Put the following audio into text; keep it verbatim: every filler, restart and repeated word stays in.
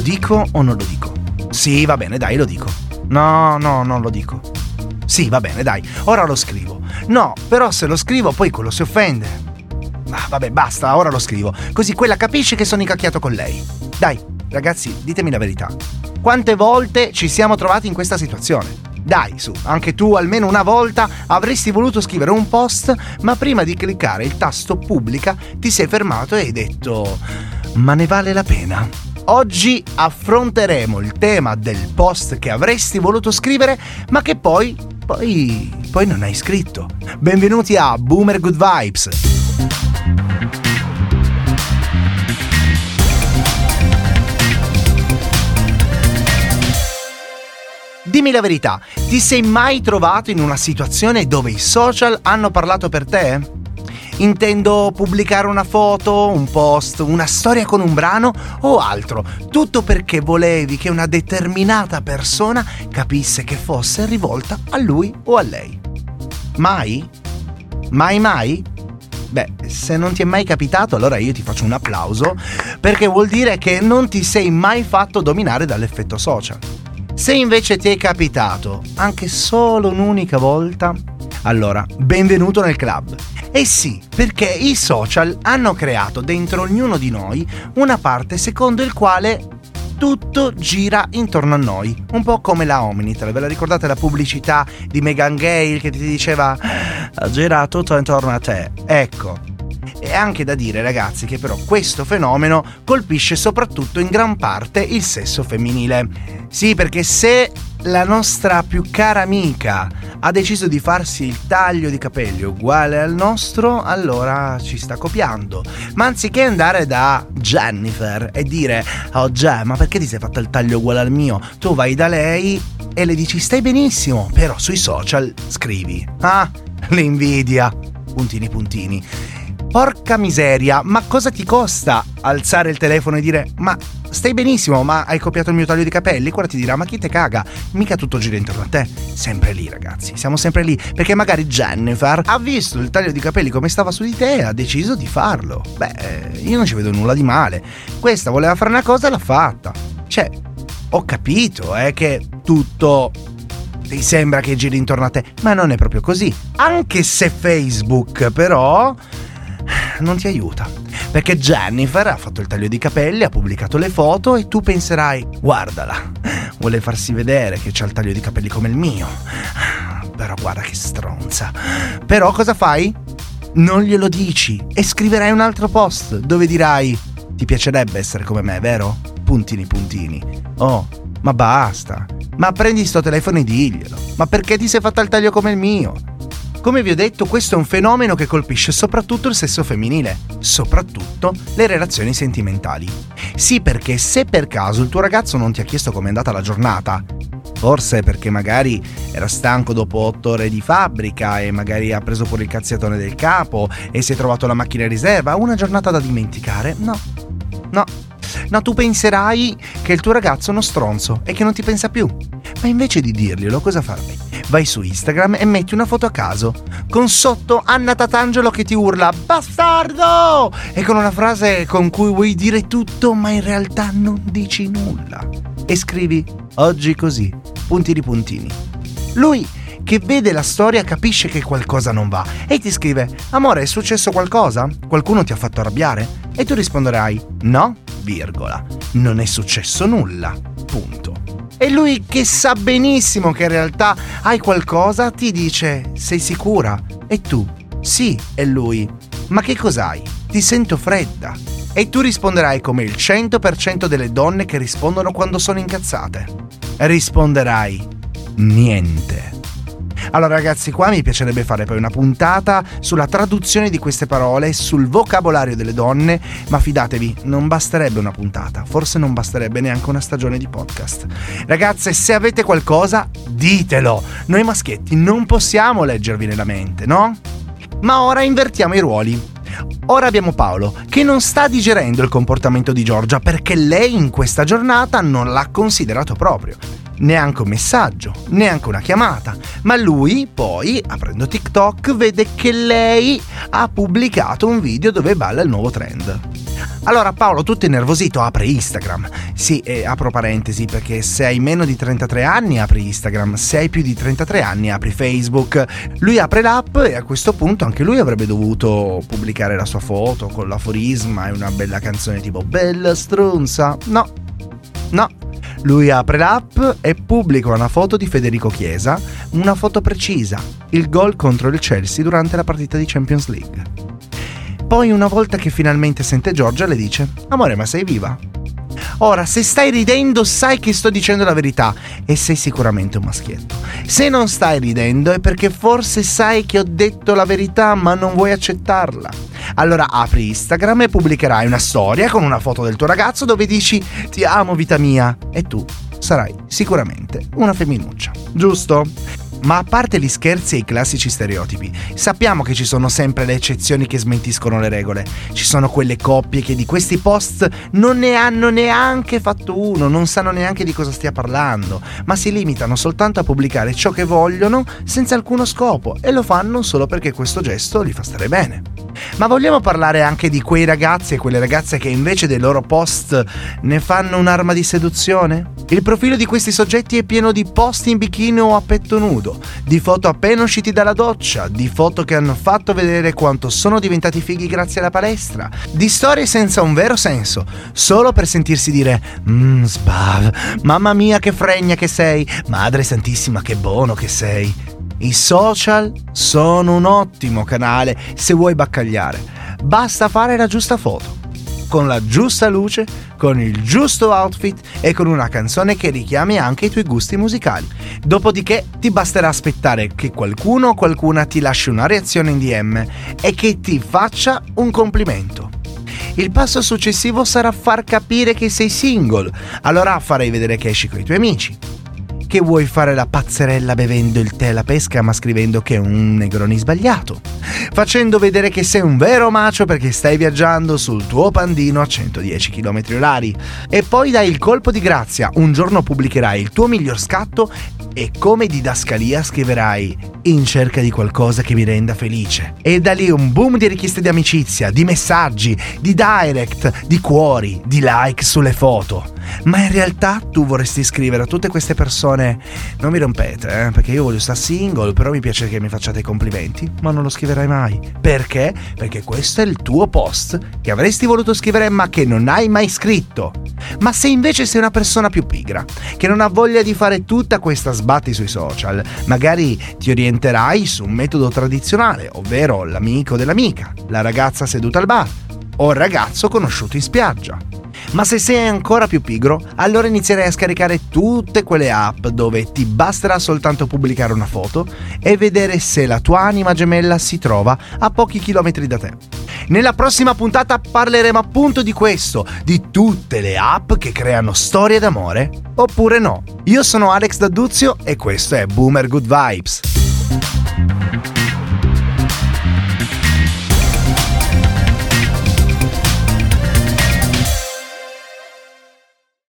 dico o non lo dico? Sì, va bene, dai, lo dico. No, no, non lo dico. Sì, va bene, dai, ora lo scrivo. No, però se lo scrivo poi quello si offende. Ah, vabbè, basta, ora lo scrivo. Così quella capisce che sono incacchiato con lei. Dai, ragazzi, ditemi la verità. Quante volte ci siamo trovati in questa situazione? Dai, su, anche tu almeno una volta avresti voluto scrivere un post, ma prima di cliccare il tasto pubblica ti sei fermato e hai detto: ma ne vale la pena? Oggi affronteremo il tema del post che avresti voluto scrivere, ma che poi, poi, poi non hai scritto. Benvenuti a Boomer Good Vibes. Dimmi la verità, ti sei mai trovato in una situazione dove i social hanno parlato per te? Intendo pubblicare una foto, un post, una storia con un brano o altro, tutto perché volevi che una determinata persona capisse che fosse rivolta a lui o a lei. Mai? Mai mai? Beh, se non ti è mai capitato, allora io ti faccio un applauso, perché vuol dire che non ti sei mai fatto dominare dall'effetto social. Se invece ti è capitato anche solo un'unica volta, allora benvenuto nel club. E sì, perché i social hanno creato dentro ognuno di noi una parte secondo il quale tutto gira intorno a noi, un po' come la Omnitel. Ve la ricordate la pubblicità di Meghan Gale che ti diceva gira tutto intorno a te? Ecco. È anche da dire, ragazzi, che però questo fenomeno colpisce soprattutto in gran parte il sesso femminile. Sì, perché se la nostra più cara amica ha deciso di farsi il taglio di capelli uguale al nostro, allora ci sta copiando. Ma anziché andare da Jennifer e dire oh Gem, ma perché ti sei fatto il taglio uguale al mio? Tu vai da lei e le dici stai benissimo, però sui social scrivi ah, l'invidia, puntini puntini. Porca miseria, ma cosa ti costa alzare il telefono e dire ma stai benissimo, ma hai copiato il mio taglio di capelli? Quella ti dirà ma chi te caga? Mica tutto gira intorno a te. Sempre lì, ragazzi, siamo sempre lì, perché magari Jennifer ha visto il taglio di capelli come stava su di te e ha deciso di farlo. Beh, io non ci vedo nulla di male. Questa voleva fare una cosa e l'ha fatta. Cioè, ho capito, eh, che tutto ti sembra che giri intorno a te, ma non è proprio così. Anche se Facebook, però, non ti aiuta, perché Jennifer ha fatto il taglio di capelli, ha pubblicato le foto e tu penserai guardala, vuole farsi vedere che c'ha il taglio di capelli come il mio, però guarda che stronza. Però cosa fai? Non glielo dici e scriverai un altro post dove dirai ti piacerebbe essere come me, vero? Puntini puntini. Oh, ma basta, ma prendi sto telefono e diglielo, ma perché ti sei fatta il taglio come il mio? Come vi ho detto, questo è un fenomeno che colpisce soprattutto il sesso femminile, soprattutto le relazioni sentimentali. Sì, perché se per caso il tuo ragazzo non ti ha chiesto com'è andata la giornata, forse perché magari era stanco dopo otto ore di fabbrica e magari ha preso pure il cazziatone del capo e si è trovato la macchina in riserva, una giornata da dimenticare, no, no. No, tu penserai che il tuo ragazzo è uno stronzo e che non ti pensa più. Ma invece di dirglielo, cosa farai? Vai su Instagram e metti una foto a caso, con sotto Anna Tatangelo che ti urla bastardo! E con una frase con cui vuoi dire tutto, ma in realtà non dici nulla. E scrivi oggi così, puntini puntini. Lui, che vede la storia, capisce che qualcosa non va e ti scrive amore, è successo qualcosa? Qualcuno ti ha fatto arrabbiare? E tu risponderai no, virgola, non è successo nulla, punto. E lui, che sa benissimo che in realtà hai qualcosa, ti dice sei sicura? E tu sì. E lui ma che cos'hai? Ti sento fredda. E tu risponderai come il cento per cento delle donne che rispondono quando sono incazzate. Risponderai niente. Allora ragazzi, qua mi piacerebbe fare poi una puntata sulla traduzione di queste parole, sul vocabolario delle donne, ma fidatevi, non basterebbe una puntata, forse non basterebbe neanche una stagione di podcast. Ragazze, se avete qualcosa, ditelo. Noi maschietti non possiamo leggervi nella mente, no? Ma ora invertiamo i ruoli. Ora abbiamo Paolo, che non sta digerendo il comportamento di Giorgia perché lei in questa giornata non l'ha considerato proprio. Neanche un messaggio, neanche una chiamata. Ma lui poi, aprendo TikTok, vede che lei ha pubblicato un video dove balla il nuovo trend. Allora Paolo, tutto innervosito, apre Instagram. Sì, e apro parentesi perché se hai meno di trentatré anni apri Instagram, se hai più di trentatré anni apri Facebook. Lui apre l'app e a questo punto anche lui avrebbe dovuto pubblicare la sua foto con l'aforisma e una bella canzone tipo Bella stronza. No, no. Lui apre l'app e pubblica una foto di Federico Chiesa, una foto precisa, il gol contro il Chelsea durante la partita di Champions League. Poi una volta che finalmente sente Giorgia le dice: amore, ma sei viva? Ora, se stai ridendo sai che sto dicendo la verità e sei sicuramente un maschietto. Se non stai ridendo è perché forse sai che ho detto la verità ma non vuoi accettarla. Allora apri Instagram e pubblicherai una storia con una foto del tuo ragazzo dove dici ti amo vita mia e tu sarai sicuramente una femminuccia, giusto? Ma a parte gli scherzi e i classici stereotipi, sappiamo che ci sono sempre le eccezioni che smentiscono le regole. Ci sono quelle coppie che di questi post non ne hanno neanche fatto uno, non sanno neanche di cosa stia parlando, ma si limitano soltanto a pubblicare ciò che vogliono senza alcuno scopo e lo fanno solo perché questo gesto li fa stare bene. Ma vogliamo parlare anche di quei ragazzi e quelle ragazze che invece dei loro post ne fanno un'arma di seduzione? Il profilo di questi soggetti è pieno di post in bikini o a petto nudo, di foto appena usciti dalla doccia, di foto che hanno fatto vedere quanto sono diventati fighi grazie alla palestra, di storie senza un vero senso, solo per sentirsi dire mmm, sbav, mamma mia che fregna che sei, madre santissima che buono che sei. I social sono un ottimo canale se vuoi baccagliare. Basta fare la giusta foto, con la giusta luce, con il giusto outfit e con una canzone che richiami anche i tuoi gusti musicali. Dopodiché ti basterà aspettare che qualcuno o qualcuna ti lasci una reazione in D M e che ti faccia un complimento. Il passo successivo sarà far capire che sei single. Allora farai vedere che esci con i tuoi amici, che vuoi fare la pazzerella bevendo il tè alla pesca ma scrivendo che è un negroni sbagliato, facendo vedere che sei un vero macio perché stai viaggiando sul tuo pandino a centodieci chilometri orari. E poi dai il colpo di grazia, un giorno pubblicherai il tuo miglior scatto e come didascalia scriverai in cerca di qualcosa che mi renda felice. E da lì un boom di richieste di amicizia, di messaggi, di direct, di cuori, di like sulle foto. Ma in realtà tu vorresti scrivere a tutte queste persone: non mi rompete, eh, perché io voglio stare single, però mi piace che mi facciate i complimenti, ma non lo scriverai mai. Perché? Perché questo è il tuo post che avresti voluto scrivere ma che non hai mai scritto. Ma se invece sei una persona più pigra, che non ha voglia di fare tutta questa sbatti sui social, magari ti orienterai su un metodo tradizionale, ovvero l'amico dell'amica, la ragazza seduta al bar o il ragazzo conosciuto in spiaggia. Ma se sei ancora più pigro, allora inizierai a scaricare tutte quelle app dove ti basterà soltanto pubblicare una foto e vedere se la tua anima gemella si trova a pochi chilometri da te. Nella prossima puntata parleremo appunto di questo, di tutte le app che creano storie d'amore oppure no. Io sono Alex D'Adduzio e questo è Boomer Good Vibes.